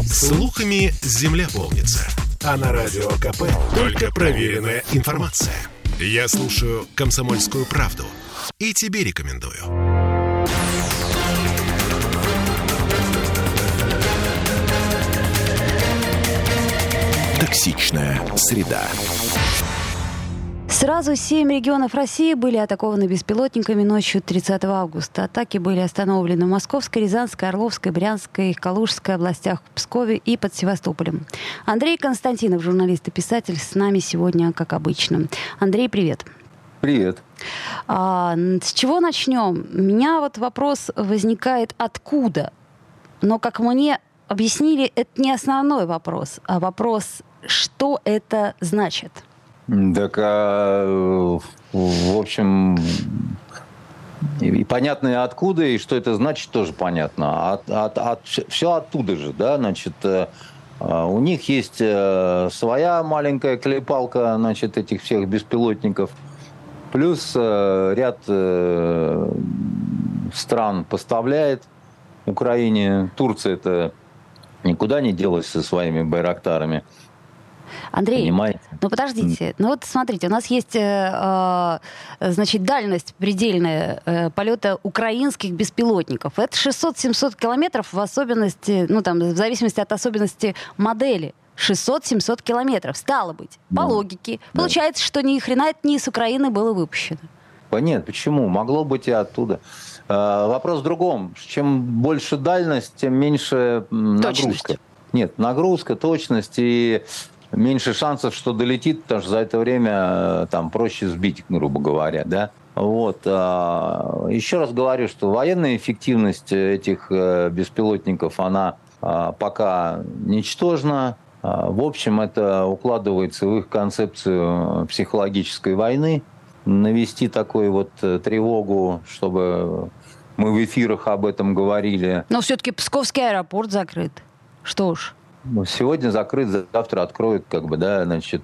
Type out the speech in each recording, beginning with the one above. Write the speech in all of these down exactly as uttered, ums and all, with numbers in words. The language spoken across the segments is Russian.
Слухами земля полнится. А на Радио КП только проверенная информация. Я слушаю «Комсомольскую правду» и тебе рекомендую. Токсичная среда. Сразу семь регионов России были атакованы беспилотниками ночью тридцатого августа. Атаки были остановлены в Московской, Рязанской, Орловской, Брянской, Калужской областях, в Пскове и под Севастополем. Андрей Константинов, журналист и писатель, с нами сегодня, как обычно. Андрей, привет. Привет. А, с чего начнем? У меня вот вопрос возникает, откуда? Но, как мне объяснили, это не основной вопрос, а вопрос, что это значит? Так, а, в общем, и понятно откуда, и что это значит, тоже понятно. От, от, от, все оттуда же, да, значит, у них есть своя маленькая клепалка, значит, этих всех беспилотников, плюс ряд стран поставляет Украине. Турция-то никуда не делась со своими байрактарами. Андрей, Понимаете? ну подождите, ну вот смотрите, у нас есть, э, значит, дальность предельная э, полета украинских беспилотников. Это шестьсот-семьсот километров в особенности, ну там, в зависимости от особенности модели. шестьсот-семьсот километров. Стало быть, по да. логике, да. получается, что ни хрена это не из Украины было выпущено. Нет, почему? Могло быть и оттуда. Э, вопрос в другом. Чем больше дальность, тем меньше нагрузка. Точность. Нет, нагрузка, точность и... меньше шансов, что долетит, потому что за это время там проще сбить, грубо говоря, да. Вот. Еще раз говорю, что военная эффективность этих беспилотников, она пока ничтожна. В общем, это укладывается в их концепцию психологической войны. Навести такую вот тревогу, чтобы мы в эфирах об этом говорили. Но все-таки Псковский аэропорт закрыт. Что уж. Сегодня закрыт, завтра откроют, как бы, да, значит.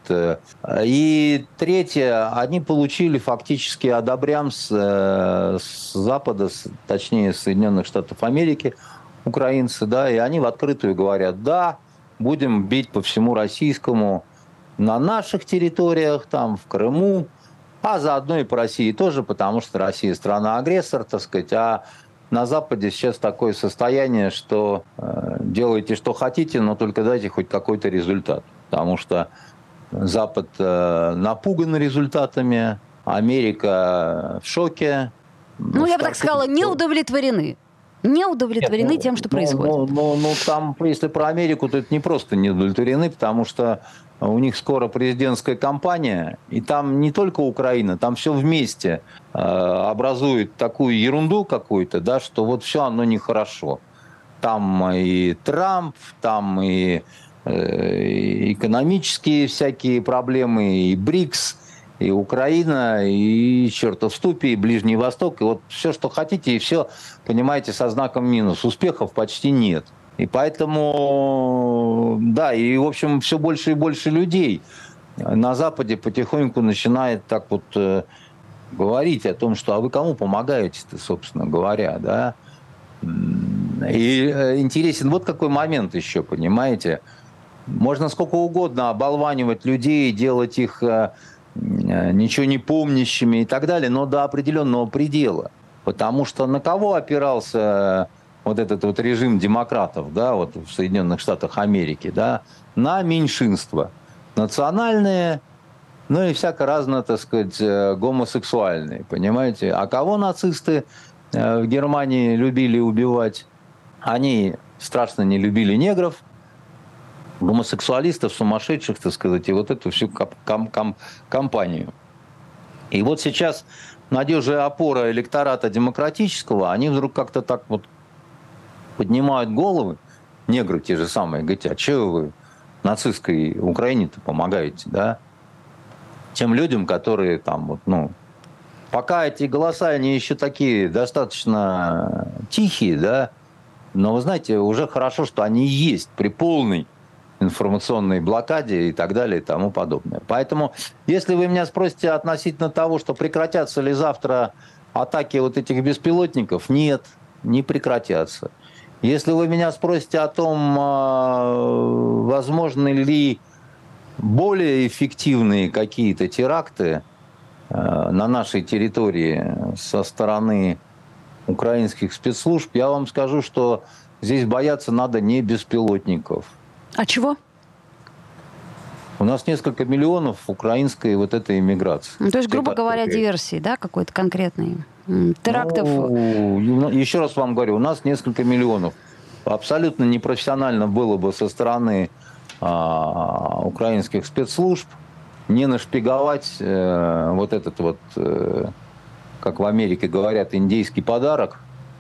И третье, они получили фактически одобрям с, с Запада, с, точнее, Соединенных Штатов Америки, украинцы, да, и они в открытую говорят, да, будем бить по всему российскому на наших территориях, там, в Крыму, а заодно и по России тоже, потому что Россия страна-агрессор, так сказать, а на Западе сейчас такое состояние, что э, делайте, что хотите, но только дайте хоть какой-то результат. Потому что Запад э, напуган результатами, Америка в шоке. Ну, я бы так сказала, не удовлетворены. Не удовлетворены Нет, тем, что ну, происходит. Ну, ну, ну, там, если про Америку, то это не просто не удовлетворены, потому что у них скоро президентская кампания, и там не только Украина, там все вместе э, образует такую ерунду какую-то, да, что вот все оно нехорошо. Там и Трамп, там и, э, и экономические всякие проблемы, и БРИКС, и Украина, и чертов ступи, и Ближний Восток, и вот все, что хотите, и все, понимаете, со знаком минус. Успехов почти нет. И поэтому, да, и, в общем, все больше и больше людей на Западе потихоньку начинает так вот э, говорить о том, что а вы кому помогаете-то, собственно говоря, да. И э, интересен вот какой момент еще, понимаете. Можно сколько угодно оболванивать людей, делать их э, ничего не помнящими и так далее, но до определенного предела. Потому что на кого опирался вот этот вот режим демократов, да, вот в Соединенных Штатах Америки, да, на меньшинства национальные, ну и всяко разно, так сказать, гомосексуальные, понимаете? А кого нацисты в Германии любили убивать? Они страшно не любили негров, гомосексуалистов, сумасшедших, так сказать, и вот эту всю ком- ком- компанию. И вот сейчас надежная опора электората демократического, они вдруг как-то так вот поднимают головы, негры те же самые, говорят, а что вы нацистской Украине-то помогаете, да? Тем людям, которые там вот, ну, пока эти голоса, они еще такие достаточно тихие, да, но вы знаете, уже хорошо, что они есть при полной информационной блокаде и так далее и тому подобное. Поэтому, если вы меня спросите относительно того, что прекратятся ли завтра атаки вот этих беспилотников, нет, не прекратятся. Если вы меня спросите о том, возможны ли более эффективные какие-то теракты на нашей территории со стороны украинских спецслужб, я вам скажу, что здесь бояться надо не беспилотников. А чего? У нас несколько миллионов украинской вот этой иммиграции. Ну, то есть, грубо говоря, диверсии, да, какой-то конкретный? Терактов? Ну, еще раз вам говорю, у нас несколько миллионов. Абсолютно непрофессионально было бы со стороны а, украинских спецслужб не нашпиговать э, вот этот вот, э, как в Америке говорят, индейский подарок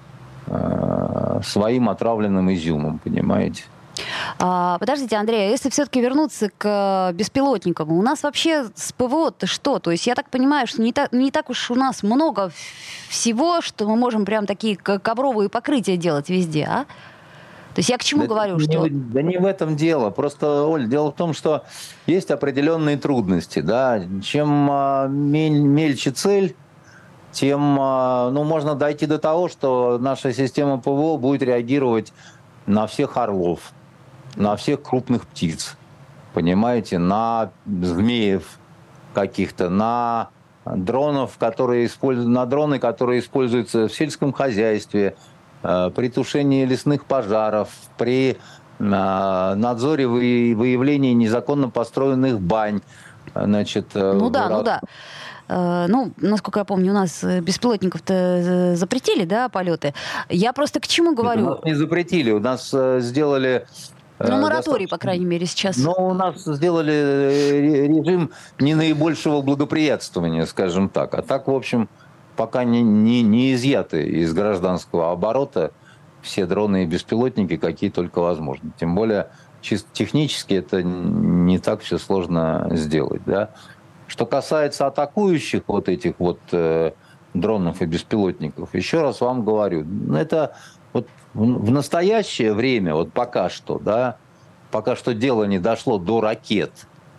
э, своим отравленным изюмом, понимаете? А, подождите, Андрей, а если все-таки вернуться к беспилотникам, у нас вообще с ПВО-то что? То есть я так понимаю, что не так, не так уж у нас много всего, что мы можем прям такие ковровые покрытия делать везде, а? То есть я к чему да говорю, не, что... Да не в этом дело. Просто, Оль, дело в том, что есть определенные трудности. Да? Чем а, мель, мельче цель, тем а, ну, можно дойти до того, что наша система ПВО будет реагировать на всех орлов, на всех крупных птиц, понимаете, на змеев каких-то, на дронов, которые используют, на дроны, которые используются в сельском хозяйстве, при тушении лесных пожаров, при надзоре и выявлении незаконно построенных бань. Значит, ну да, ну да. Ну, насколько я помню, у нас беспилотников-то запретили, да, полеты. Я просто к чему говорю? У нас не запретили, у нас сделали... Ну, мораторий, по крайней мере, сейчас. Но у нас сделали режим не наибольшего благоприятствования, скажем так. А так, в общем, пока не, не, не изъяты из гражданского оборота все дроны и беспилотники, какие только возможны. Тем более, чисто технически это не так все сложно сделать. Да? Что касается атакующих вот этих вот э, дронов и беспилотников, еще раз вам говорю, это вот в настоящее время, вот пока что, да, пока что дело не дошло до ракет,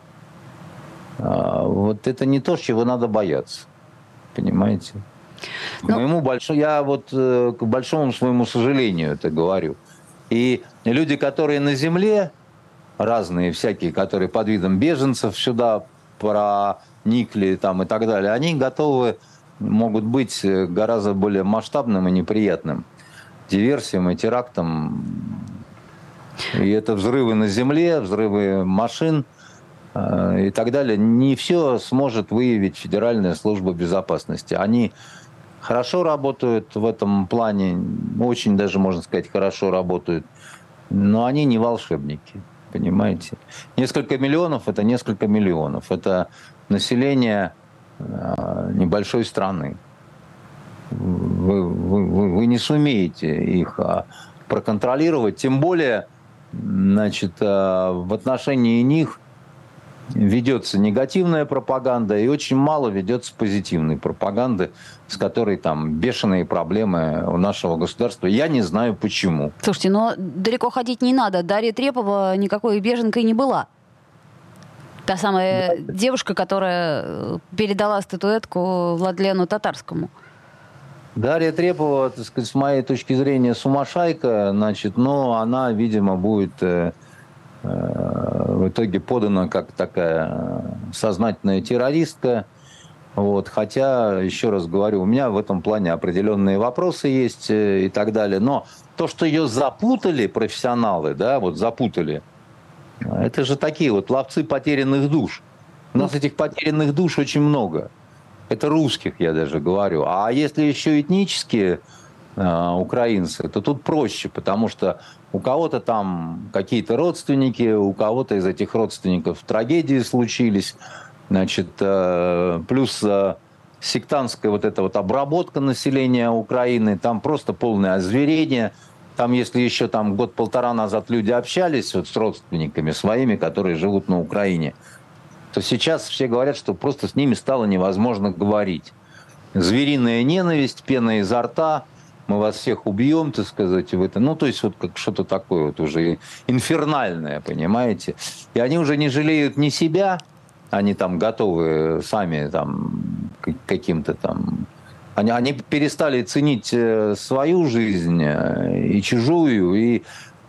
э, вот это не то, чего надо бояться. Понимаете? К Но... моему большому, я вот э, к большому своему сожалению это говорю. И люди, которые на земле, разные всякие, которые под видом беженцев сюда проникли там и так далее, они готовы, могут быть гораздо более масштабным и неприятным диверсиям и терактам. И это взрывы на земле, взрывы машин и так далее. Не все сможет выявить Федеральная служба безопасности. Они хорошо работают в этом плане, очень даже, можно сказать, хорошо работают, но они не волшебники, понимаете? Несколько миллионов – это несколько миллионов. Это население небольшой страны. Вы, вы, вы не сумеете их проконтролировать, тем более, значит, в отношении них ведется негативная пропаганда, и очень мало ведется позитивной пропаганды, с которой там бешеные проблемы у нашего государства. Я не знаю почему. Слушайте, но далеко ходить не надо. Дарья Трепова никакой беженкой не была. Та самая да. девушка, которая передала статуэтку Владлену Татарскому. Дарья Трепова, так сказать, с моей точки зрения, сумасшайка, значит, но она, видимо, будет э, э, в итоге подана как такая сознательная террористка. Вот. Хотя, еще раз говорю, у меня в этом плане определенные вопросы есть э, и так далее. Но то, что ее запутали профессионалы, да, вот запутали, это же такие вот ловцы потерянных душ. У нас этих потерянных душ очень много. Это русских, я даже говорю. А если еще этнические э, украинцы, то тут проще, потому что у кого-то там какие-то родственники, у кого-то из этих родственников трагедии случились. Значит, э, плюс э, сектантская вот эта вот обработка населения Украины, там просто полное озверение. Там, если еще там год-полтора назад люди общались вот с родственниками своими, которые живут на Украине, то сейчас все говорят, что просто с ними стало невозможно говорить. Звериная ненависть, пена изо рта, мы вас всех убьем, так сказать, в это. Ну, то есть вот как что-то такое вот уже инфернальное, понимаете. И они уже не жалеют ни себя, они там готовы сами там к каким-то там... Они, они перестали ценить свою жизнь и чужую, и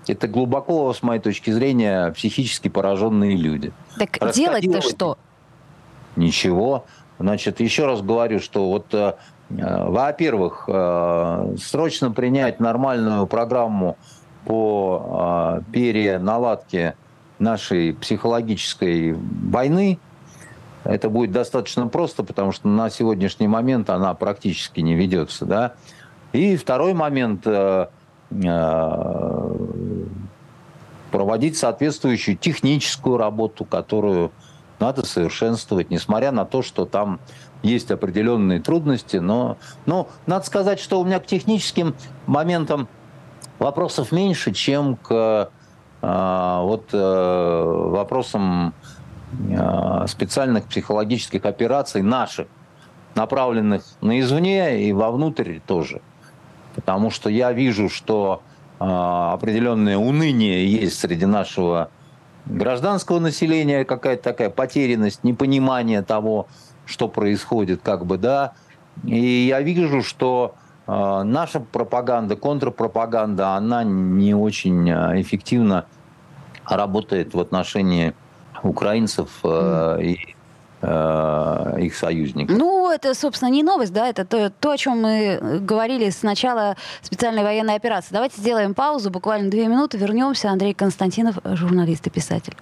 Это глубоко, с моей точки зрения, психически пораженные люди. Так делать-то что? Ничего. Значит, еще раз говорю, что вот, э, во-первых, э, срочно принять нормальную программу по э, переналадке нашей психологической войны. Это будет достаточно просто, потому что на сегодняшний момент она практически не ведется, да. И второй момент э, э, проводить соответствующую техническую работу, которую надо совершенствовать, несмотря на то, что там есть определенные трудности. Но, но надо сказать, что у меня к техническим моментам вопросов меньше, чем к э, вот, э, вопросам э, специальных психологических операций наших, направленных на извне и вовнутрь тоже. Потому что я вижу, что э, определенное уныние есть среди нашего гражданского населения, какая-то такая потерянность, непонимание того, что происходит, как бы, да. И я вижу, что э, наша пропаганда, контрпропаганда, она не очень эффективно работает в отношении украинцев э, и э, их союзников. Ну, это, собственно, не новость, да, это то, то, о чем мы говорили с начала специальной военной операции. Давайте сделаем паузу, буквально две минуты, вернемся. Андрей Константинов, журналист и писатель.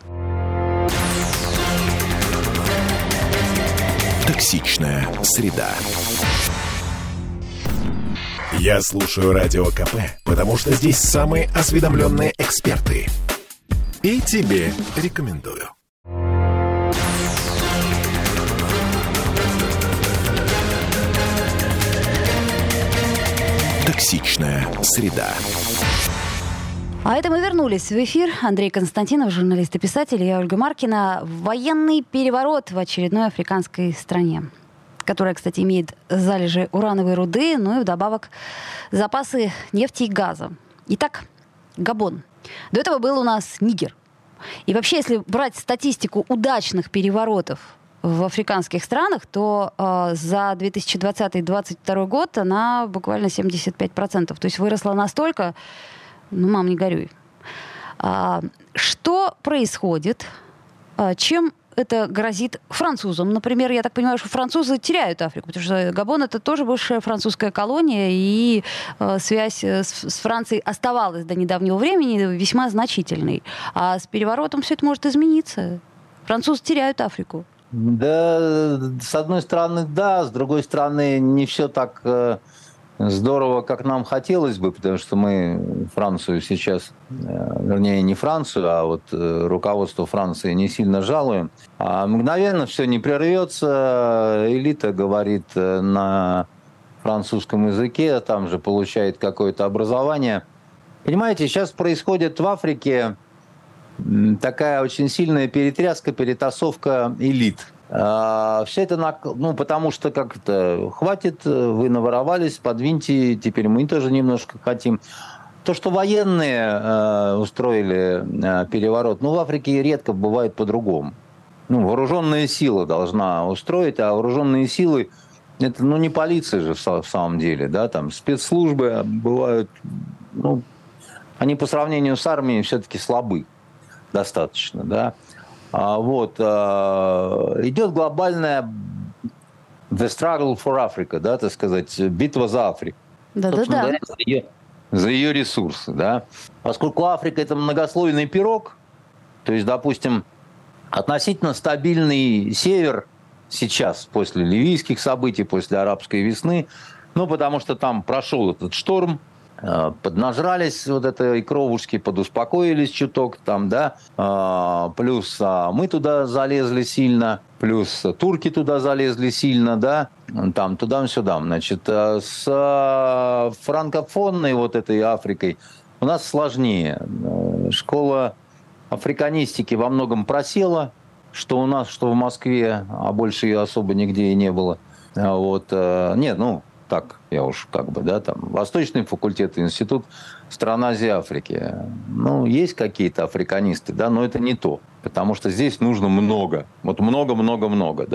Токсичная среда. Я слушаю Радио КП, потому что здесь самые осведомленные эксперты. И тебе рекомендую. Токсичная среда. А это мы вернулись в эфир. Андрей Константинов, журналист и писатель, я Ольга Маркина. Военный переворот в очередной африканской стране, которая, кстати, имеет залежи урановой руды, ну и вдобавок запасы нефти и газа. Итак, Габон. До этого был у нас Нигер. И вообще, если брать статистику удачных переворотов в африканских странах, то э, за две тысячи двадцатый — две тысячи двадцать второй год она буквально семьдесят пять процентов. То есть выросла настолько... Ну, мам, не горюй. А, что происходит? А, чем это грозит французам? Например, я так понимаю, что французы теряют Африку, потому что Габон — это тоже бывшая французская колония, и а, связь с, с Францией оставалась до недавнего времени весьма значительной. А с переворотом все это может измениться. Французы теряют Африку. Да, с одной стороны, да, с другой стороны, не все так... здорово, как нам хотелось бы, потому что мы Францию сейчас, вернее, не Францию, а вот руководство Франции не сильно жалуем. А мгновенно все не прервется. Элита говорит на французском языке, там же получает какое-то образование. Понимаете, сейчас происходит в Африке такая очень сильная перетряска, перетасовка элит. Все это, ну, потому что как-то хватит, вы наворовались, подвиньте, теперь мы тоже немножко хотим. То, что военные э, устроили э, переворот, ну, в Африке редко бывает по-другому. Ну, вооруженная сила должна устроить, а вооруженные силы, это, ну, не полиция же в, в самом деле, да, там спецслужбы бывают, ну, они по сравнению с армией все-таки слабы достаточно, да. А, вот, а, идет глобальная the struggle for Africa, да, так сказать, битва за Африку. Да-да-да. За ее, за ее ресурсы, да. Поскольку Африка – это многослойный пирог, то есть, допустим, относительно стабильный север сейчас, после ливийских событий, после арабской весны, ну, потому что там прошел этот шторм, поднажрались вот этой кровушки, подуспокоились чуток там, да, плюс мы туда залезли сильно, плюс турки туда залезли сильно, да, там, туда-сюда. Значит, с франкофонной вот этой Африкой у нас сложнее. Школа африканистики во многом просела, что у нас, что в Москве, а больше ее особо нигде и не было. Вот, нет, ну, так, я уж как бы, да, там, Восточный факультет, институт стран Азии, Африки. Ну, есть какие-то африканисты, да, но это не то. Потому что здесь нужно много. Вот много-много-много, да.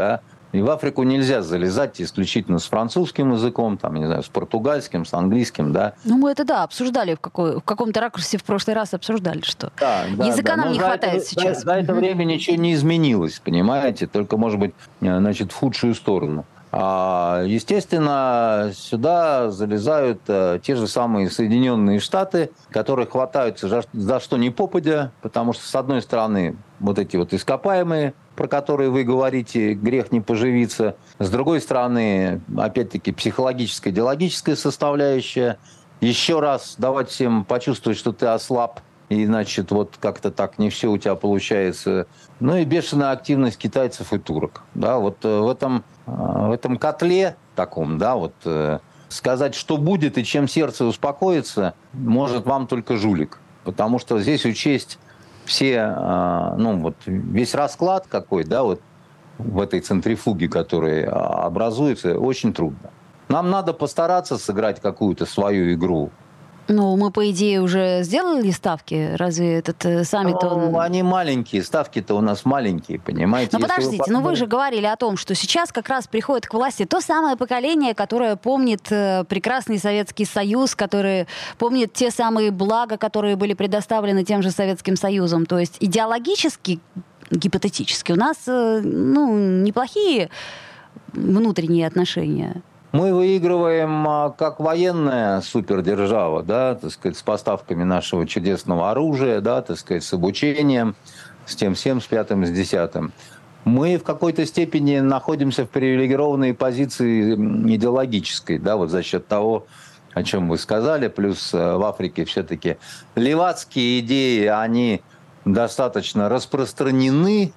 И в Африку нельзя залезать исключительно с французским языком, там, не знаю, с португальским, с английским, да. Ну, мы это, да, обсуждали в, какой, в каком-то ракурсе в прошлый раз обсуждали, что да, да, языка да. нам Но не хватает это, сейчас. За, за это время ничего не изменилось, понимаете, только, может быть, значит, в худшую сторону. А, естественно, сюда залезают а, те же самые Соединенные Штаты, которые хватаются за, за что ни попадя, потому что, с одной стороны, вот эти вот ископаемые, про которые вы говорите, грех не поживиться. С другой стороны, опять-таки, психологическая, идеологическая составляющая. Еще раз давать всем почувствовать, что ты ослаб, и, значит, вот как-то так не все у тебя получается. Ну и бешеная активность китайцев и турок. Да, вот в этом, в этом котле таком, да, вот сказать, что будет и чем сердце успокоится, может вам только жулик. Потому что здесь учесть все, ну вот весь расклад какой, да, вот в этой центрифуге, которая образуется, очень трудно. Нам надо постараться сыграть какую-то свою игру. Ну, мы, по идее, уже сделали ставки. Разве этот э, саммит, ну, он... Они маленькие, ставки-то у нас маленькие, понимаете? Ну, подождите, вы... ну вы же говорили о том, что сейчас как раз приходит к власти то самое поколение, которое помнит э, прекрасный Советский Союз, которое помнит те самые блага, которые были предоставлены тем же Советским Союзом. То есть идеологически, гипотетически, у нас, э, ну, неплохие внутренние отношения. Мы выигрываем как военная супердержава, да, так сказать, с поставками нашего чудесного оружия, да, так сказать, с обучением, с тем всем, с пятым, с десятым. Мы в какой-то степени находимся в привилегированной позиции идеологической, да, вот за счет того, о чем вы сказали, плюс в Африке все-таки левацкие идеи, они достаточно распространены.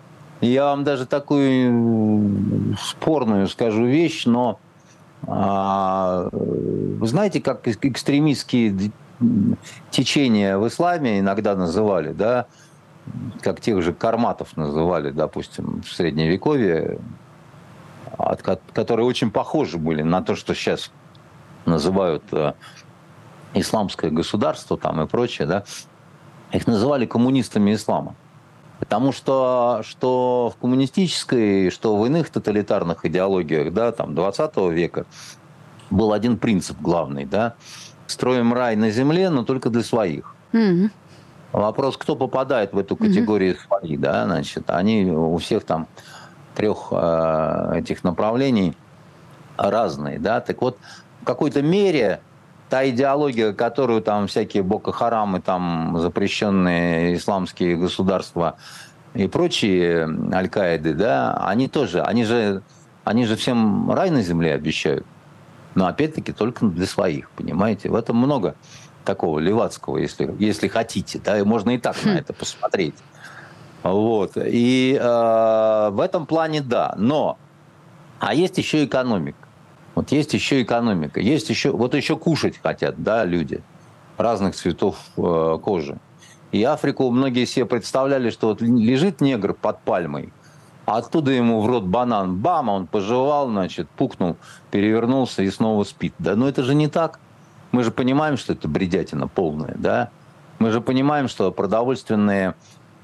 Я вам даже такую спорную скажу вещь, но вы знаете, как экстремистские течения в исламе иногда называли, да, как тех же карматов называли, допустим, в Средневековье, которые очень похожи были на то, что сейчас называют исламское государство там и прочее, да, их называли коммунистами ислама. Потому что, что в коммунистической, что в иных тоталитарных идеологиях, да, там, двадцатого века был один принцип главный, да, строим рай на земле, но только для своих. Mm-hmm. Вопрос, кто попадает в эту категорию mm-hmm. своих, да, значит, они у всех там трех э, этих направлений разные, да, так вот, в какой-то мере та идеология, которую там всякие Боко-Харамы, там запрещенные исламские государства и прочие Аль-Каиды, да, они тоже, они же, они же всем рай на земле обещают. Но опять-таки только для своих, понимаете? В этом много такого левацкого, если, если хотите, да, и можно и так на это посмотреть. Вот. И э, в этом плане да. Но, а есть еще экономика. Вот есть еще экономика, есть еще, вот еще кушать хотят, да, люди разных цветов э, кожи. И Африку многие себе представляли, что вот лежит негр под пальмой, а оттуда ему в рот банан, бам, он пожевал, значит, пукнул, перевернулся и снова спит. Да, но это же не так. Мы же понимаем, что это бредятина полная, да. Мы же понимаем, что продовольственные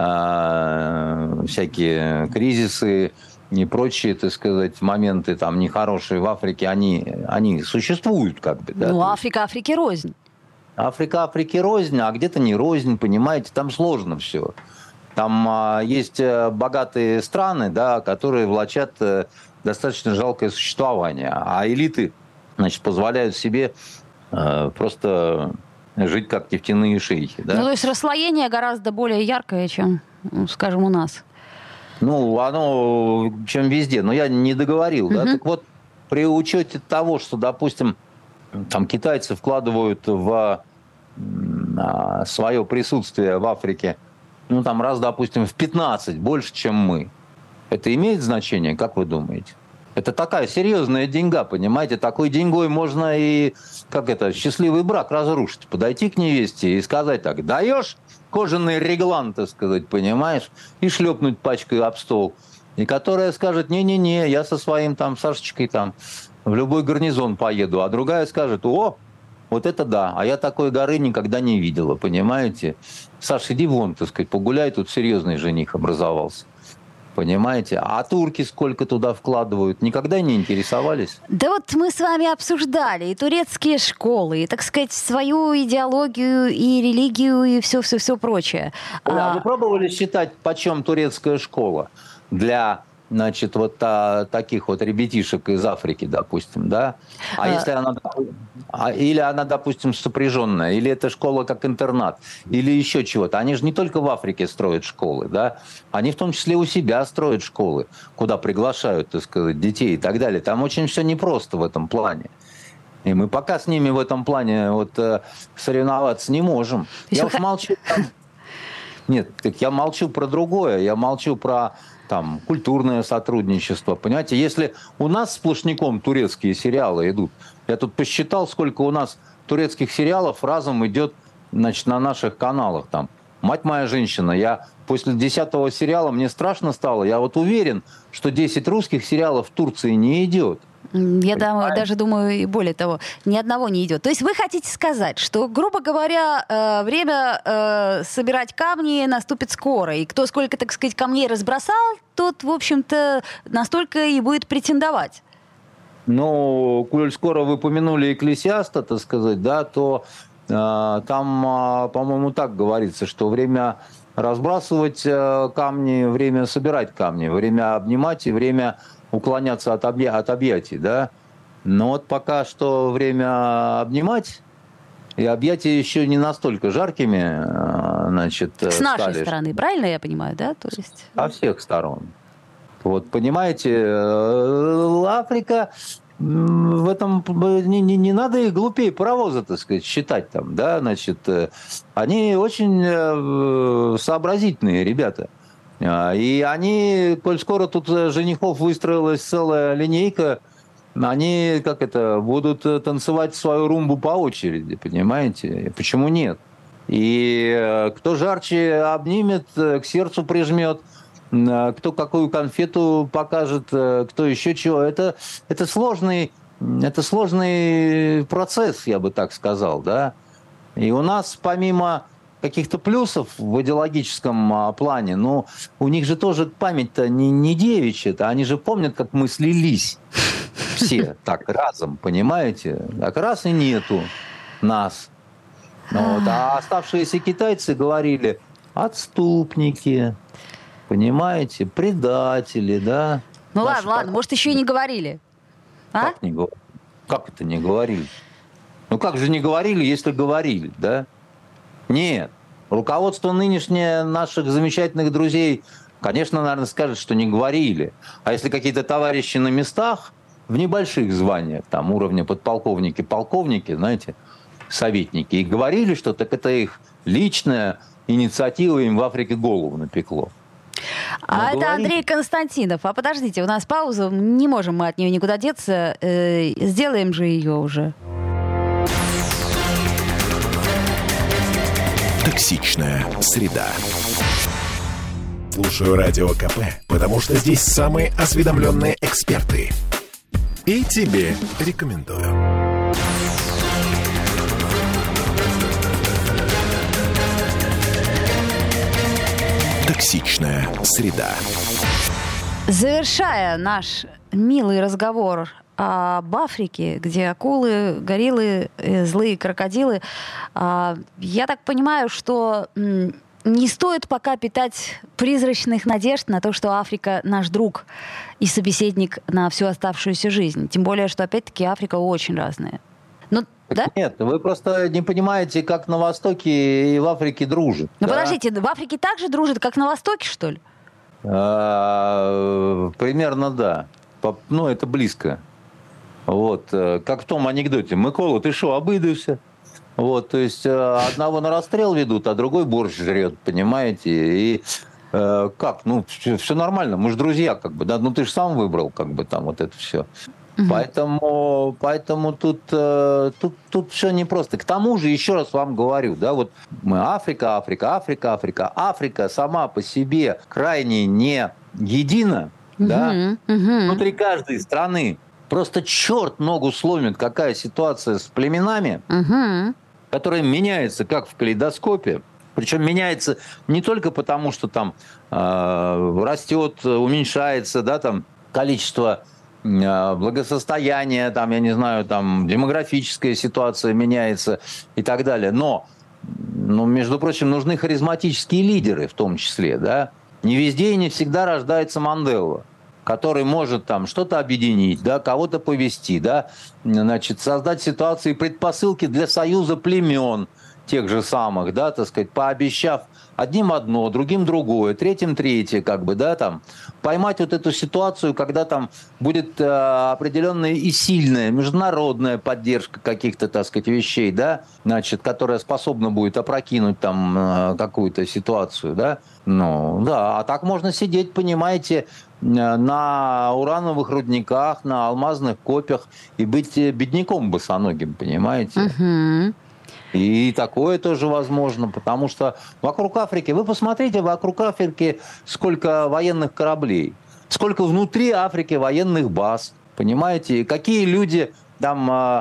э, всякие кризисы и прочие, так сказать, моменты там нехорошие в Африке, они, они существуют как бы. Да? Ну, Африка Африке рознь. Африка Африке рознь, а где-то не рознь, понимаете, там сложно все. Там а, есть богатые страны, да, которые влачат а, достаточно жалкое существование, а элиты, значит, позволяют себе а, просто жить как нефтяные шейхи. Да? Ну, то есть расслоение гораздо более яркое, чем, скажем, у нас. Ну, оно чем везде. Но я не договорил. Uh-huh. Да? Так вот, при учете того, что, допустим, там китайцы вкладывают в а, свое присутствие в Африке, ну, там раз, допустим, в пятнадцать больше, чем мы. Это имеет значение, как вы думаете? Это такая серьезная деньга, понимаете? Такой деньгой можно и, как это, счастливый брак разрушить. Подойти к невесте и сказать так: даешь кожаный реглан, так сказать, понимаешь, и шлепнуть пачкой об стол. И которая скажет: не-не-не, я со своим там Сашечкой там в любой гарнизон поеду. А другая скажет: о, вот это да, а я такой горы никогда не видела, понимаете? Саш, иди вон, так сказать, погуляй, тут серьезный жених образовался. Понимаете? А турки сколько туда вкладывают? Никогда не интересовались? Да вот мы с вами обсуждали и турецкие школы, и, так сказать, свою идеологию, и религию, и все-все-все прочее. А а... вы пробовали считать, почем турецкая школа для... Значит, вот та, таких вот ребятишек из Африки, допустим, да? А, а если она, а, или она, допустим, сопряженная, или это школа как интернат, или еще чего-то. Они же не только в Африке строят школы, да? Они в том числе у себя строят школы, куда приглашают, так сказать, детей и так далее. Там очень все непросто в этом плане. И мы пока с ними в этом плане вот соревноваться не можем. Я уж молчу. Нет, так я молчу про другое. Я молчу про... там, культурное сотрудничество. Понимаете, если у нас сплошняком турецкие сериалы идут, я тут посчитал, сколько у нас турецких сериалов разом идет, значит, на наших каналах. Там, «Мать моя женщина», я после десятого сериала, мне страшно стало, я вот уверен, что десять русских сериалов в Турции не идет. Я думаю, даже думаю, и более того, ни одного не идет. То есть вы хотите сказать, что, грубо говоря, э, время э, собирать камни наступит скоро, и кто сколько, так сказать, камней разбросал, тот, в общем-то, настолько и будет претендовать. Ну, коль скоро вы упомянули Экклесиаста, так сказать, да, то э, там, э, по-моему, так говорится, что время разбрасывать э, камни, время собирать камни, время обнимать и время... уклоняться от, объя- от объятий, да. Но вот пока что время обнимать, и объятия еще не настолько жаркими, значит, с нашей стали. стороны, правильно я понимаю, да? То есть... Со всех сторон. Вот, понимаете, Африка, в этом не, не, не надо их глупее паровоза, так сказать, считать там, да, значит, они очень сообразительные ребята. И они, коль скоро тут женихов выстроилась целая линейка, они, как это, будут танцевать свою румбу по очереди, понимаете? Почему нет? И кто жарче обнимет, к сердцу прижмет, кто какую конфету покажет, кто еще чего. Это, это, сложный, это сложный процесс, я бы так сказал, да? И у нас помимо... каких-то плюсов в идеологическом плане, но у них же тоже память-то не, не девичья-то, они же помнят, как мы слились все так разом, понимаете? Так раз и нету нас. Вот. А оставшиеся китайцы говорили отступники, понимаете, предатели, да? Ну Наши ладно, ладно, так... может, еще и не говорили. А? Как, не, как это не говорили? Ну как же не говорили, если говорили, да? Нет. Руководство нынешнее наших замечательных друзей, конечно, наверное, скажет, что не говорили. А если какие-то товарищи на местах, в небольших званиях, там, уровня подполковники, полковники, знаете, советники, и говорили, что так это их личная инициатива, им в Африке голову напекло. А Но это говорили... Андрей Константинов. А подождите, у нас пауза, не можем мы от нее никуда деться. Э, сделаем же ее уже. Токсичная среда. Слушаю Радио КП, потому что здесь самые осведомленные эксперты. И тебе рекомендую. Токсичная среда. Завершая наш милый разговор об Африке, где акулы, гориллы, злые крокодилы, я так понимаю, что не стоит пока питать призрачных надежд на то, что Африка наш друг и собеседник на всю оставшуюся жизнь. Тем более, что, опять-таки, Африка очень разная. Ну, да? Нет, вы просто не понимаете, как на Востоке и в Африке дружат. Ну, да? подождите, в Африке так же дружат, как на Востоке, что ли? А, примерно, да. Ну, это близко. Вот, как в том анекдоте. Микола, ты что, обыдался? Вот, то есть одного на расстрел ведут, а другой борщ жрет, понимаете? И э, как? Ну, все, все нормально, мы же друзья, как бы, да? Ну, ты же сам выбрал, как бы, там вот это все. Угу. Поэтому, поэтому тут, э, тут, тут все непросто. К тому же, еще раз вам говорю, да, вот мы Африка, Африка, Африка, Африка. Африка сама по себе крайне не едина, угу, да? Угу. Внутри каждой страны. Просто черт ногу сломит, какая ситуация с племенами, угу. которая меняется, как в калейдоскопе. Причем меняется не только потому, что там э, растет, уменьшается, да, там количество э, благосостояния, там, я не знаю, там демографическая ситуация меняется и так далее. Но, ну, между прочим, нужны харизматические лидеры в том числе, да. Не везде и не всегда рождается Мандела, который может там что-то объединить, да, кого-то повести, да, значит, создать ситуации и предпосылки для союза племен тех же самых, да, так сказать, пообещав одним одно, другим другое, третьим третье, как бы, да, там, поймать вот эту ситуацию, когда там будет э, определенная и сильная международная поддержка каких-то, так сказать, вещей, да, значит, которая способна будет опрокинуть там э, какую-то ситуацию, да, ну, да, а так можно сидеть, понимаете, на урановых рудниках, на алмазных копьях и быть бедняком босоногим, понимаете? Угу. И такое тоже возможно, потому что вокруг Африки, вы посмотрите, вокруг Африки сколько военных кораблей, сколько внутри Африки военных баз, понимаете? Какие люди там, а,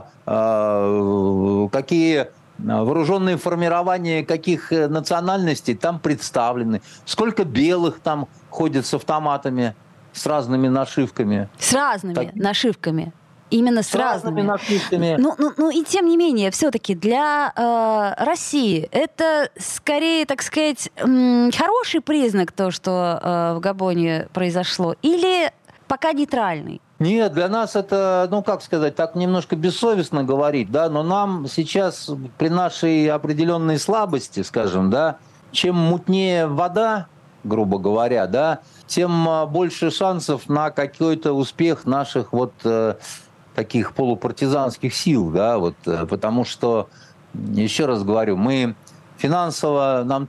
а, какие вооруженные формирования каких национальностей там представлены, сколько белых там ходят с автоматами, с разными нашивками. С разными так... нашивками. Именно с, с разными. разными нашивками. Ну, ну, ну и тем не менее, все-таки для э, России это скорее, так сказать, м- хороший признак, то, что э, в Габоне произошло, или пока нейтральный? Нет, для нас это, ну как сказать, так немножко бессовестно говорить, да, но нам сейчас при нашей определенной слабости, скажем, да, чем мутнее вода, грубо говоря, да, тем больше шансов на какой-то успех наших вот э, таких полупартизанских сил, да, вот, э, потому что, еще раз говорю, мы финансово, нам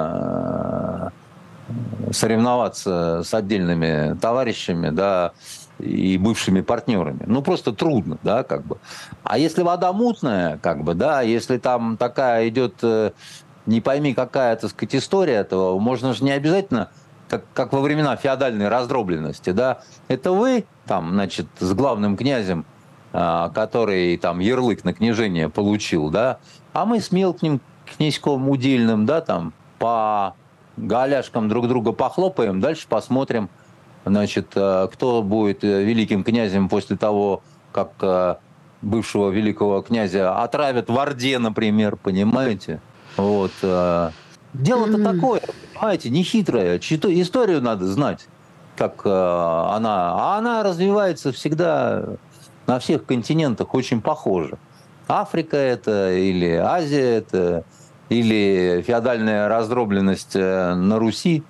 трудно э, соревноваться с отдельными товарищами, да, и бывшими партнерами. Ну, просто трудно, да, как бы. А если вода мутная, как бы, да, если там такая идет, э, не пойми какая, так сказать, история этого, можно же не обязательно... Как, как во времена феодальной раздробленности, да, это вы, там, значит, с главным князем, а, который там ярлык на княжение получил, да, а мы с мелким князьком удельным, да, там, по голяшкам друг друга похлопаем, дальше посмотрим, значит, кто будет великим князем после того, как бывшего великого князя отравят в Орде, например, понимаете, вот. Дело-то mm-hmm. такое, понимаете, нехитрое. Историю надо знать, как э, она... А она развивается всегда на всех континентах очень похоже. Африка это, или Азия это, или феодальная раздробленность на Руси.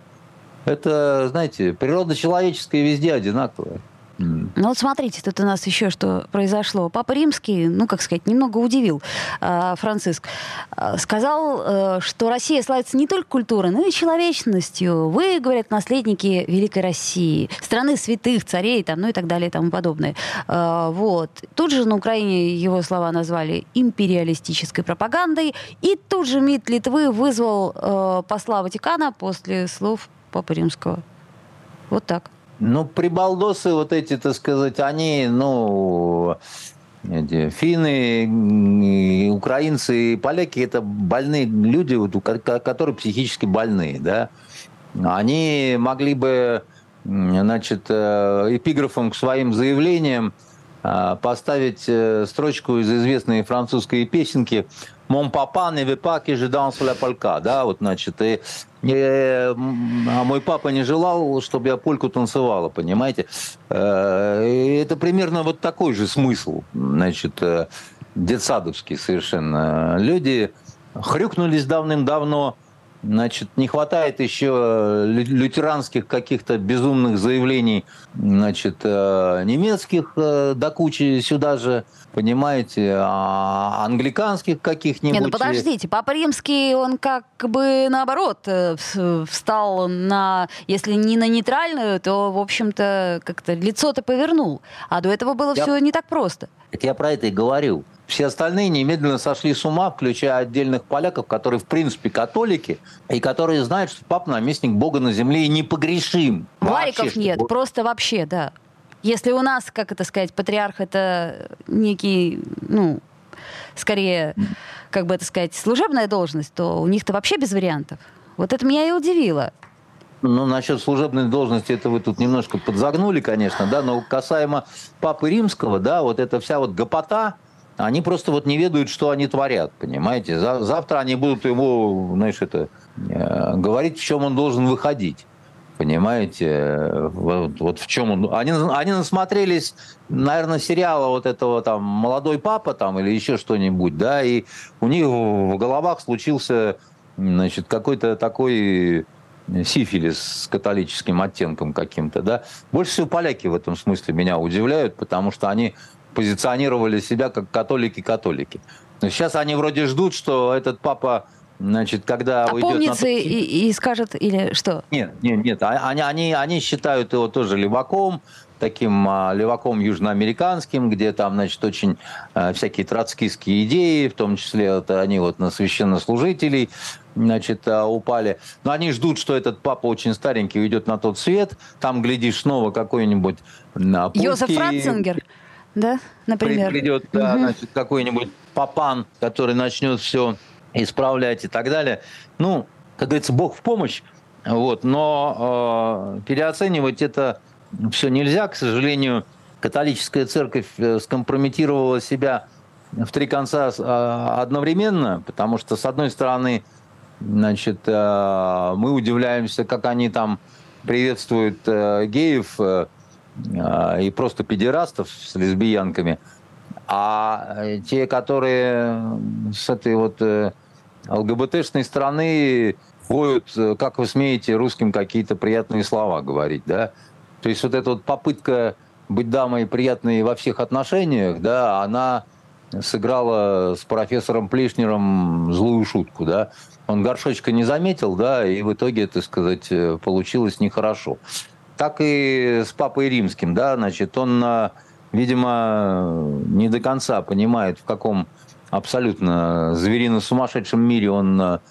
Это, знаете, природа человеческая везде одинаковая. Ну вот смотрите, тут у нас еще что произошло. Папа Римский, ну, как сказать, немного удивил э, Франциск. Э, сказал, э, что Россия славится не только культурой, но и человечностью. Вы, говорят, наследники Великой России, страны святых, царей, там, ну и так далее, и тому подобное. Э, вот. Тут же на Украине его слова назвали империалистической пропагандой. И тут же МИД Литвы вызвал э, посла Ватикана после слов Папы Римского. Вот так. Ну, прибалдосы вот эти, так сказать, они, ну, эти, финны, украинцы и поляки, это больные люди, вот, которые психически больные, да. Они могли бы, значит, эпиграфом к своим заявлениям поставить строчку из известной французской песенки «Mon papa ne veut pas que je danse la polka», да, вот, значит, и, и, а мой папа не желал, чтобы я польку танцевала, понимаете? И это примерно вот такой же смысл, значит, детсадовский совершенно. Люди хрюкнулись давным-давно, значит, не хватает еще лютеранских каких-то безумных заявлений, значит, немецких до кучи сюда же, понимаете, а англиканских каких-нибудь. Не, ну подождите, Папа Римский, он как бы наоборот встал на, если не на нейтральную, то, в общем-то, как-то лицо-то повернул. А до этого было я... все не так просто. Так я про это и говорю. Все остальные немедленно сошли с ума, включая отдельных поляков, которые, в принципе, католики, и которые знают, что папа наместник Бога на земле и непогрешим. Вариков вообще, нет, что... просто вообще, да. Если у нас, как это сказать, патриарх — это некий, ну, скорее, как бы это сказать, служебная должность, то у них-то вообще без вариантов. Вот это меня и удивило. Ну, насчет служебной должности, это вы тут немножко подзагнули, конечно, да, но касаемо Папы Римского, да, вот эта вся вот гопота, они просто вот не ведают, что они творят, понимаете. Завтра они будут ему, знаешь, это, говорить, в чем он должен выходить. Понимаете, вот, вот в чем он... Они, они насмотрелись, наверное, сериала вот этого там «Молодой папа» там или еще что-нибудь, да, и у них в головах случился, значит, какой-то такой сифилис с католическим оттенком каким-то, да. Больше всего поляки в этом смысле меня удивляют, потому что они позиционировали себя как католики-католики. Сейчас они вроде ждут, что этот папа, значит, когда уйдет... Опомнится на... и, и скажет, или что? Нет, нет, нет. Они, они, они считают его тоже леваком, таким а, леваком южноамериканским, где там, значит, очень а, всякие троцкистские идеи, в том числе это они вот на священнослужителей, значит, а, упали. Но они ждут, что этот папа очень старенький уйдет на тот свет. Там, глядишь, снова какой-нибудь... А, Йозеф Ратцингер, да, например. Придет, да, угу. значит, какой-нибудь папан, который начнет все исправлять и так далее. Ну, как говорится, Бог в помощь. Вот, но э, переоценивать это все нельзя. К сожалению, католическая церковь скомпрометировала себя в три конца одновременно, потому что, с одной стороны, значит, э, мы удивляемся, как они там приветствуют э, геев э, э, и просто педерастов с лесбиянками, а те, которые с этой вот э, ЛГБТшной стороны воют, как вы смеете русским какие-то приятные слова говорить, да? То есть вот эта вот попытка быть дамой приятной во всех отношениях, да, она сыграла с профессором Плешнером злую шутку, да? Он горшочка не заметил, да, и в итоге, так сказать, получилось нехорошо. Так и с Папой Римским, да, значит, он, видимо, не до конца понимает, в каком абсолютно зверино-сумасшедшем мире он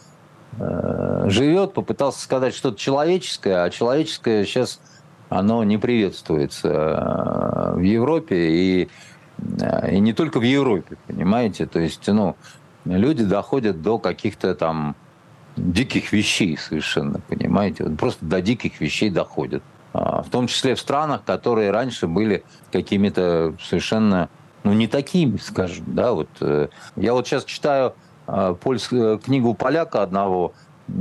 живет, попытался сказать что-то человеческое, а человеческое сейчас оно не приветствуется в Европе и, и не только в Европе, понимаете, то есть, ну, люди доходят до каких-то там диких вещей совершенно, понимаете, вот просто до диких вещей доходят, в том числе в странах, которые раньше были какими-то совершенно, ну, не такими, скажем, да, вот я вот сейчас читаю польскую книгу поляка одного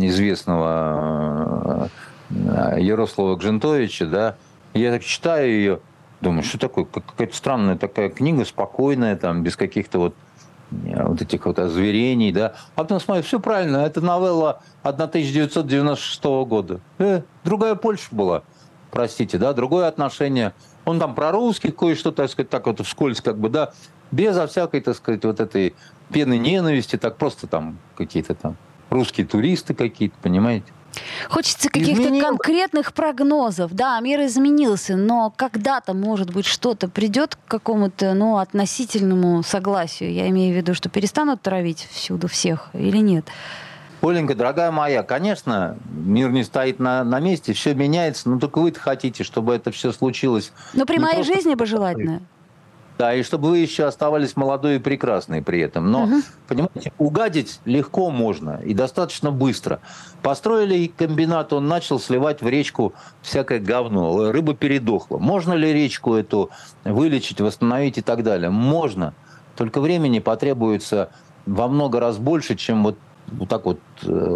известного Ярослава Гжентовича, да, я так читаю ее, думаю, что такое, какая-то странная такая книга, спокойная, там, без каких-то вот, вот этих вот озверений, да, а потом смотрю, все правильно, это новелла тысяча девятьсот девяносто шестого года, э, другая Польша была, простите, да, другое отношение, он там про русских кое-что, так сказать, так вот вскользь, как бы, да, безо всякой, так сказать, вот этой пены ненависти, так просто там какие-то там русские туристы какие-то, понимаете? Хочется каких-то Изменил. конкретных прогнозов. Да, мир изменился, но когда-то, может быть, что-то придет к какому-то, ну, относительному согласию. Я имею в виду, что перестанут травить всюду всех или нет? Оленька, дорогая моя, конечно, мир не стоит на, на месте, все меняется, но только вы-то хотите, чтобы это все случилось. Но при моей просто... жизни бы желательно. Да, и чтобы вы еще оставались молодой и прекрасной при этом. Но, угу. понимаете, угадить легко можно и достаточно быстро. Построили комбинат, он начал сливать в речку всякое говно. Рыба передохла. Можно ли речку эту вылечить, восстановить и так далее? Можно. Только времени потребуется во много раз больше, чем вот, вот так вот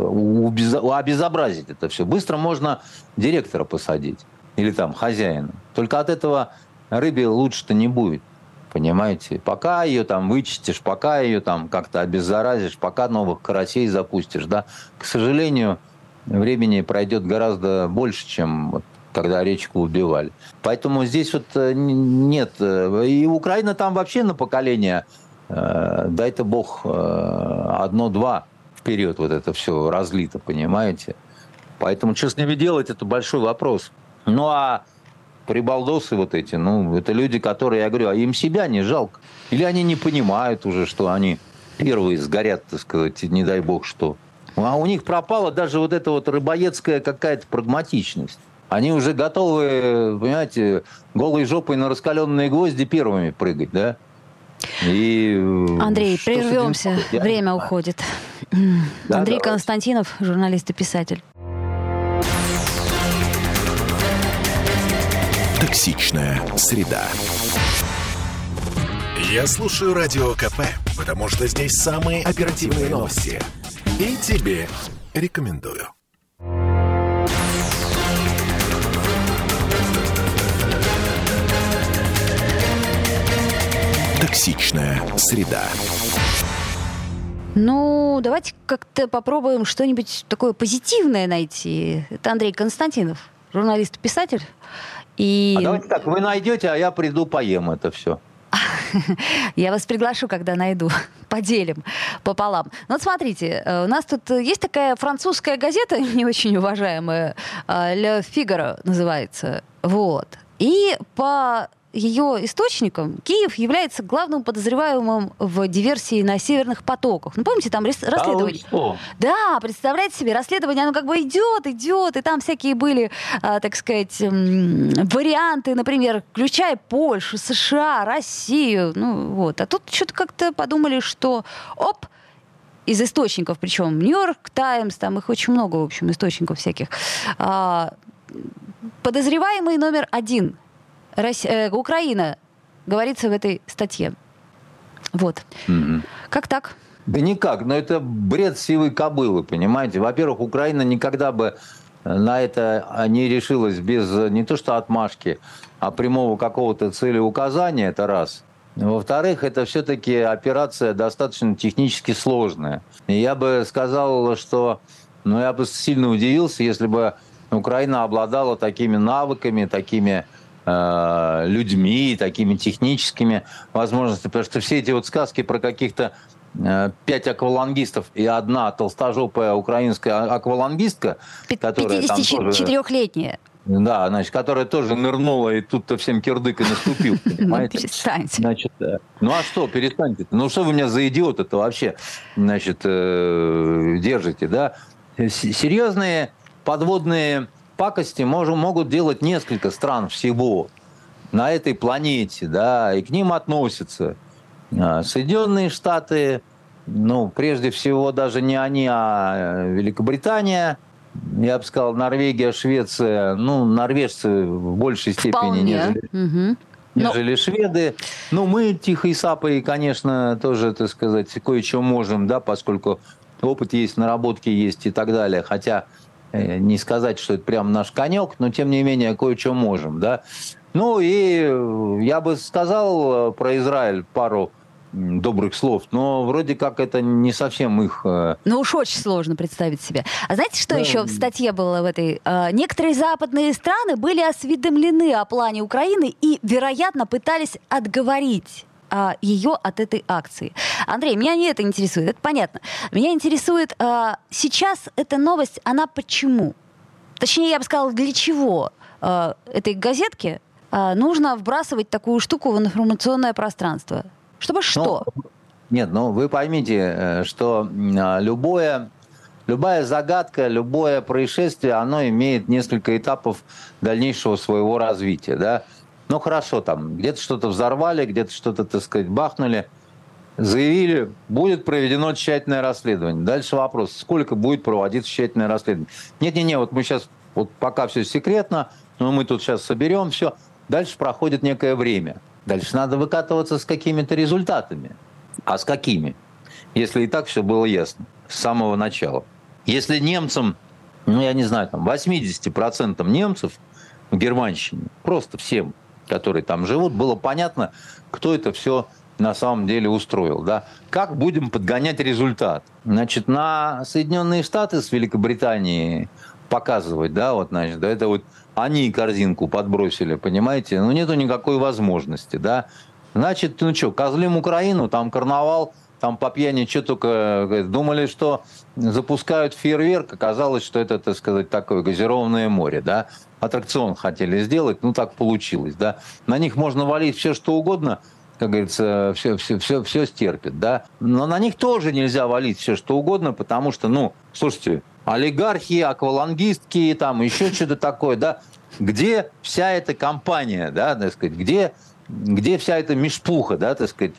обезобразить это все. Быстро можно директора посадить или там хозяина. Только от этого рыбе лучше-то не будет. Понимаете? Пока ее там вычистишь, пока ее там как-то обеззаразишь, пока новых карасей запустишь, да, к сожалению, времени пройдет гораздо больше, чем вот, когда речку убивали. Поэтому здесь вот нет. И Украина там вообще на поколение, дай-то бог, одно-два вперед вот это все разлито, понимаете? Поэтому что с ними делать, это большой вопрос. Ну а прибалдосы вот эти, ну, это люди, которые, я говорю, а им себя не жалко. Или они не понимают уже, что они первые сгорят, так сказать, не дай бог что. А у них пропала даже вот эта вот рыбоедская какая-то прагматичность. Они уже готовы, понимаете, голой жопой на раскаленные гвозди первыми прыгать, да? И Андрей, прервемся. Я... Время уходит. Да, Андрей давайте. Константинов, журналист и писатель. Токсичная среда. Я слушаю Радио КП, потому что здесь самые оперативные новости. И тебе рекомендую. Токсичная среда. Ну, давайте как-то попробуем что-нибудь такое позитивное найти. Это Андрей Константинов, журналист и писатель. И... А давайте так, вы найдете, а я приду, поем это все. Я вас приглашу, когда найду. Поделим пополам. Ну вот смотрите, у нас тут есть такая французская газета, не очень уважаемая, «Le Figaro» называется. Вот. И по ее источникам Киев является главным подозреваемым в диверсии на северных потоках. Ну, помните, там рас- расследование... Да, да, представляете себе, расследование, оно как бы идет, идет, и там всякие были, а, так сказать, м- варианты, например, включая Польшу, США, Россию, ну вот. А тут что-то как-то подумали, что, оп, из источников, причем Нью-Йорк Таймс, там их очень много, в общем, источников всяких. А, подозреваемый номер один — Россия, э, Украина, говорится в этой статье. Вот. Mm-hmm. Как так? Да никак, но это бред сивой кобылы, понимаете. Во-первых, Украина никогда бы на это не решилась без не то что отмашки, а прямого какого-то целеуказания, это раз. Во-вторых, это все-таки операция достаточно технически сложная. И я бы сказал, что ну, я бы сильно удивился, если бы Украина обладала такими навыками, такими людьми, такими техническими возможностями. Потому что все эти вот сказки про каких-то э, пять аквалангистов и одна толстожопая украинская аквалангистка, которая там пятидесятичетырёхлетняя. Да, значит, которая тоже нырнула, и тут-то всем кирдык и наступил. Ну, перестаньте. Значит, ну а что, перестаньте. Ну что вы меня за идиота-то вообще, значит, держите, да? Серьезные подводные пакости можем, могут делать несколько стран всего на этой планете, да, и к ним относятся Соединенные Штаты, ну, прежде всего, даже не они, а Великобритания, я бы сказал, Норвегия, Швеция, ну, норвежцы в большей степени, Вполне. нежели, угу. нежели Но... шведы. Ну, мы тихой сапой, конечно, тоже, так сказать, кое-что можем, да, поскольку опыт есть, наработки есть и так далее, хотя не сказать, что это прям наш конек, но тем не менее кое-что можем, да. Ну и я бы сказал про Израиль пару добрых слов, но вроде как это не совсем их... Ну уж очень сложно представить себе. А знаете, что да. еще в статье было в этой? Некоторые западные страны были осведомлены о плане Украины и, вероятно, пытались отговорить ее от этой акции. Андрей, меня не это интересует, это понятно. Меня интересует а, сейчас эта новость, она почему? Точнее, я бы сказала, для чего а, этой газетке а, нужно вбрасывать такую штуку в информационное пространство? Чтобы что? Ну, нет, ну вы поймите, что любое, любая загадка, любое происшествие, оно имеет несколько этапов дальнейшего своего развития, да? Ну, хорошо, там, где-то что-то взорвали, где-то что-то, так сказать, бахнули, заявили, будет проведено тщательное расследование. Дальше вопрос, сколько будет проводиться тщательное расследование. Нет-не-не, вот мы сейчас, вот пока все секретно, но мы тут сейчас соберем все. Дальше проходит некое время. Дальше надо выкатываться с какими-то результатами. А с какими? Если и так все было ясно с самого начала. Если немцам, ну, я не знаю, там, восемьдесят процентов немцев в Германщине, просто всем, которые там живут, было понятно, кто это все на самом деле устроил. Да? Как будем подгонять результат? Значит, на Соединенные Штаты с Великобританией показывать, да, вот, значит, да, это вот они корзинку подбросили, понимаете? Ну, нету никакой возможности, да. Значит, ну что, козлим Украину, там карнавал, там по пьяни что только... Думали, что запускают фейерверк, оказалось, что это, так сказать, такое газированное море, да. Аттракцион хотели сделать, ну так получилось, да. На них можно валить все, что угодно, как говорится, все, все, все, все стерпит, да. Но на них тоже нельзя валить все, что угодно, потому что, ну, слушайте, олигархи, аквалангистки, там еще что-то такое, да. Где вся эта компания, да, так сказать, где, где вся эта мешпуха, да, так сказать.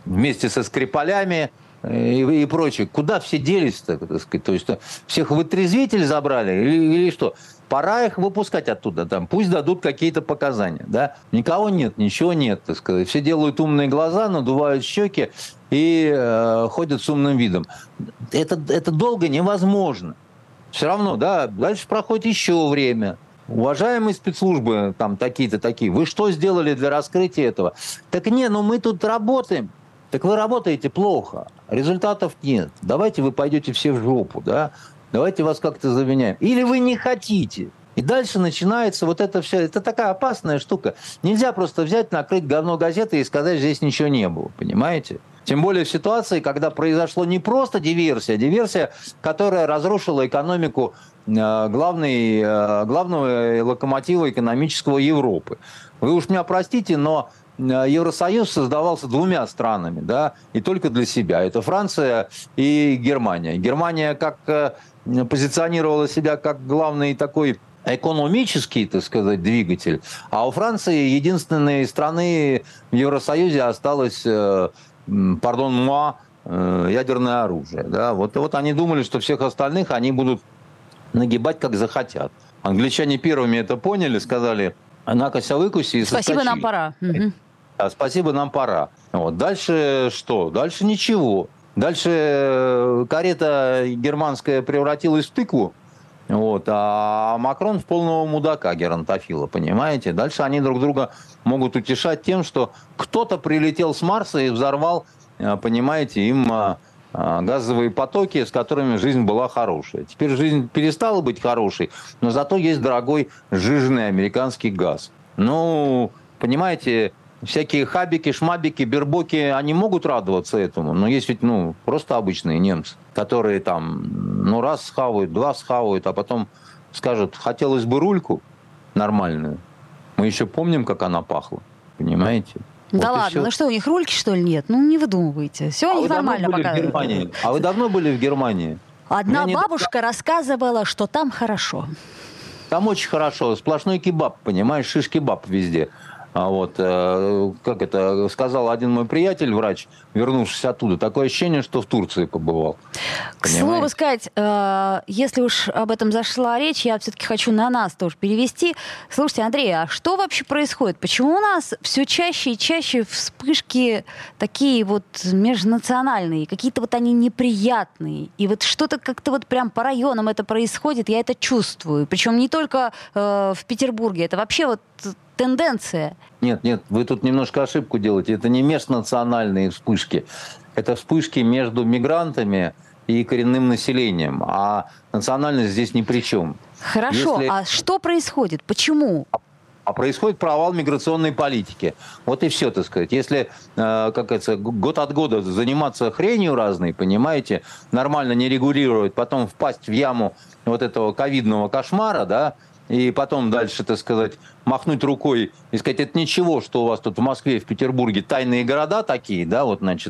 вместе со Скрипалями и, и прочее. Куда все делись-то, так сказать? То есть всех в отрезвитель забрали или, или что? Пора их выпускать оттуда, там, пусть дадут какие-то показания, да? Никого нет, ничего нет, так сказать. Все делают умные глаза, надувают щеки и э, ходят с умным видом. Это, это долго невозможно. Все равно, да, дальше проходит еще время. Уважаемые спецслужбы, там, такие-то такие, вы что сделали для раскрытия этого? Так не, ну мы тут работаем. Так вы работаете плохо, результатов нет. Давайте вы пойдете все в жопу, да? Давайте вас как-то заменяем. Или вы не хотите. И дальше начинается вот это все. Это такая опасная штука. Нельзя просто взять, накрыть говно газеты и сказать, здесь ничего не было. Понимаете? Тем более в ситуации, когда произошло не просто диверсия, диверсия, которая разрушила экономику главной, главного локомотива экономического Европы. Вы уж меня простите, но Евросоюз создавался двумя странами, да, и только для себя. Это Франция и Германия. Германия как позиционировала себя как главный такой экономический, так сказать, двигатель, а у Франции единственной страны в Евросоюзе осталось, пардон, муа, ядерное оружие. Да. Вот, вот они думали, что всех остальных они будут нагибать, как захотят. Англичане первыми это поняли, сказали, накося выкуси и соскочили. Спасибо, нам пора. А, спасибо, нам пора. Вот. Дальше что? Дальше ничего. Дальше карета германская превратилась в тыкву, вот, а Макрон в полного мудака геронтофила, понимаете? Дальше они друг друга могут утешать тем, что кто-то прилетел с Марса и взорвал, понимаете, им газовые потоки, с которыми жизнь была хорошая. Теперь жизнь перестала быть хорошей, но зато есть дорогой сжиженный американский газ. Ну, понимаете, всякие хабики, шмабики, бербоки, они могут радоваться этому, но есть ведь, ну, просто обычные немцы, которые там, ну, раз схавают, два схавают, а потом скажут, хотелось бы рульку нормальную. Мы еще помним, как она пахла, понимаете? Да вот ладно, ну что, у них рульки, что ли, нет? Ну, не выдумывайте. Все у них а нормально пока. А вы давно были в Германии? Одна бабушка не... рассказывала, что там хорошо. Там очень хорошо. Сплошной кебаб, понимаешь, шиш-кебаб везде. А вот, э, как это сказал один мой приятель, врач, вернувшись оттуда, такое ощущение, что в Турции побывал. К слову сказать, э, если уж об этом зашла речь, я все-таки хочу на нас тоже перевести. Слушайте, Андрей, а что вообще происходит? Почему у нас все чаще и чаще вспышки такие вот межнациональные, какие-то вот они неприятные, и вот что-то как-то вот прям по районам это происходит, я это чувствую. Причем не только э, в Петербурге, это вообще вот тенденция. Нет, нет, вы тут немножко ошибку делаете. Это не межнациональные вспышки. Это вспышки между мигрантами и коренным населением. А национальность здесь ни при чем. Хорошо, Если... а что происходит? Почему? А происходит провал миграционной политики. Вот и все, так сказать. Если, э, как это, год от года заниматься хренью разной, понимаете, нормально не регулировать, потом впасть в яму вот этого ковидного кошмара, да, и потом дальше, так сказать, махнуть рукой и сказать, это ничего, что у вас тут в Москве, в Петербурге тайные города такие, да, вот, значит,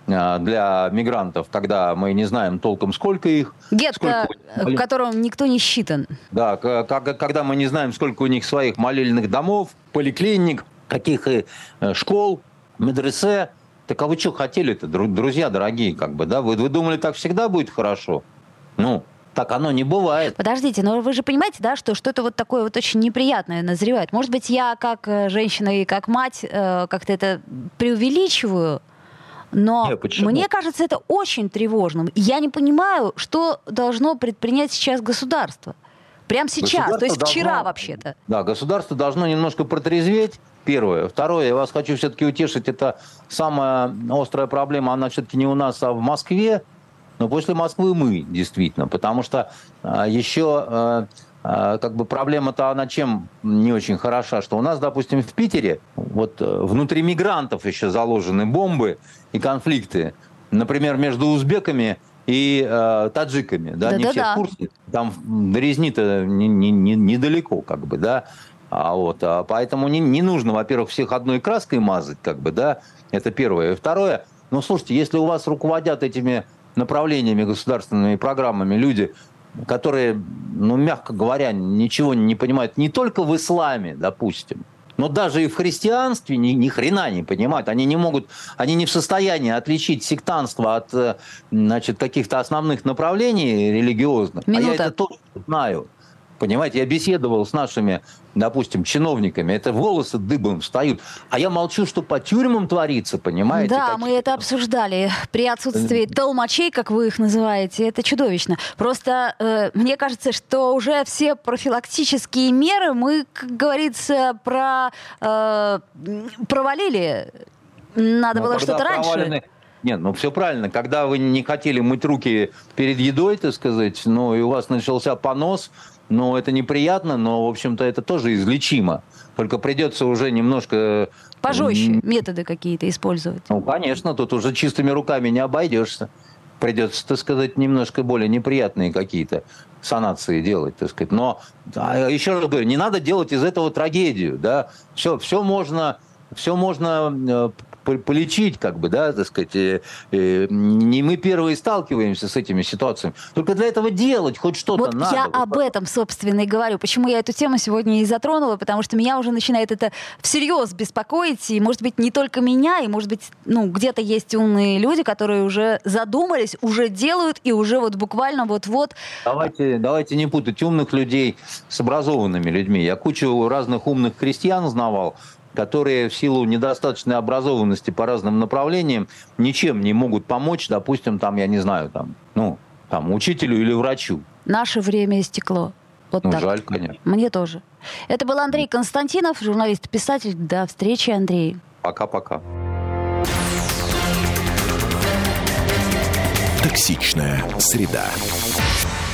для мигрантов, когда мы не знаем толком, сколько их. Гетто, в котором никто не считан. Да, когда мы не знаем, сколько у них своих молельных домов, поликлиник, каких и школ, медресе. Так а вы что хотели-то, друзья дорогие, как бы, да? Вы, вы думали, так всегда будет хорошо? Ну, так оно не бывает. Подождите, но вы же понимаете, да, что что-то вот такое вот очень неприятное назревает. Может быть, я как женщина и как мать э, как-то это преувеличиваю, но Нет, мне кажется, это очень тревожным. Я не понимаю, что должно предпринять сейчас государство. Прямо сейчас, то есть вчера должно, вообще-то. Да, государство должно немножко протрезветь, первое. Второе, я вас хочу все-таки утешить, это самая острая проблема, она все-таки не у нас, а в Москве. Но после Москвы мы, действительно, потому что а, еще а, а, как бы проблема-то она чем не очень хороша, что у нас, допустим, в Питере вот внутри мигрантов еще заложены бомбы и конфликты, например, между узбеками и э, таджиками, да, да не да, все да. в курсе, там до резни-то не, не, не, недалеко, как бы, да, а вот, а поэтому не, не нужно, во-первых, всех одной краской мазать, как бы, да, это первое. И второе, ну, слушайте, если у вас руководят этими направлениями, государственными программами люди, которые, ну, мягко говоря, ничего не понимают не только в исламе, допустим, Но даже и в христианстве ни, ни хрена не понимают. Они не могут, они не в состоянии отличить сектантство от, значит, каких-то основных направлений религиозных. Минута. А я это тоже знаю. Понимаете, я беседовал с нашими, допустим, чиновниками, это волосы дыбом встают. А я молчу, что по тюрьмам творится, понимаете? Да, какие-то... мы это обсуждали. При отсутствии толмачей, как вы их называете, это чудовищно. Просто э, мне кажется, что уже все профилактические меры мы, как говорится, про, э, провалили. Надо Но было что-то раньше. Провалены... Нет, ну все правильно. Когда вы не хотели мыть руки перед едой, так сказать, ну и у вас начался понос, ну это неприятно, но, в общем-то, это тоже излечимо. Только придется уже немножко... Пожестче методы какие-то использовать. Ну, конечно, тут уже чистыми руками не обойдешься. Придется, так сказать, немножко более неприятные какие-то санации делать, так сказать. Но, еще раз говорю, не надо делать из этого трагедию, да. Все, все можно... Все можно полечить, как бы, да, так сказать. Не мы первые сталкиваемся с этими ситуациями. Только для этого делать хоть что-то вот надо. Я вот об этом, собственно, и говорю. Почему я эту тему сегодня и затронула, потому что меня уже начинает это всерьез беспокоить. И, может быть, не только меня, и, может быть, ну, где-то есть умные люди, которые уже задумались, уже делают, и уже вот буквально вот-вот... Давайте, давайте не путать умных людей с образованными людьми. Я кучу разных умных крестьян знавал, которые в силу недостаточной образованности по разным направлениям ничем не могут помочь, допустим, там, я не знаю, там, ну, там, учителю или врачу. Наше время истекло. Вот ну, так. жаль, конечно. Мне тоже. Это был Андрей Константинов, журналист и писатель. До встречи, Андрей. Пока-пока. Токсичная среда.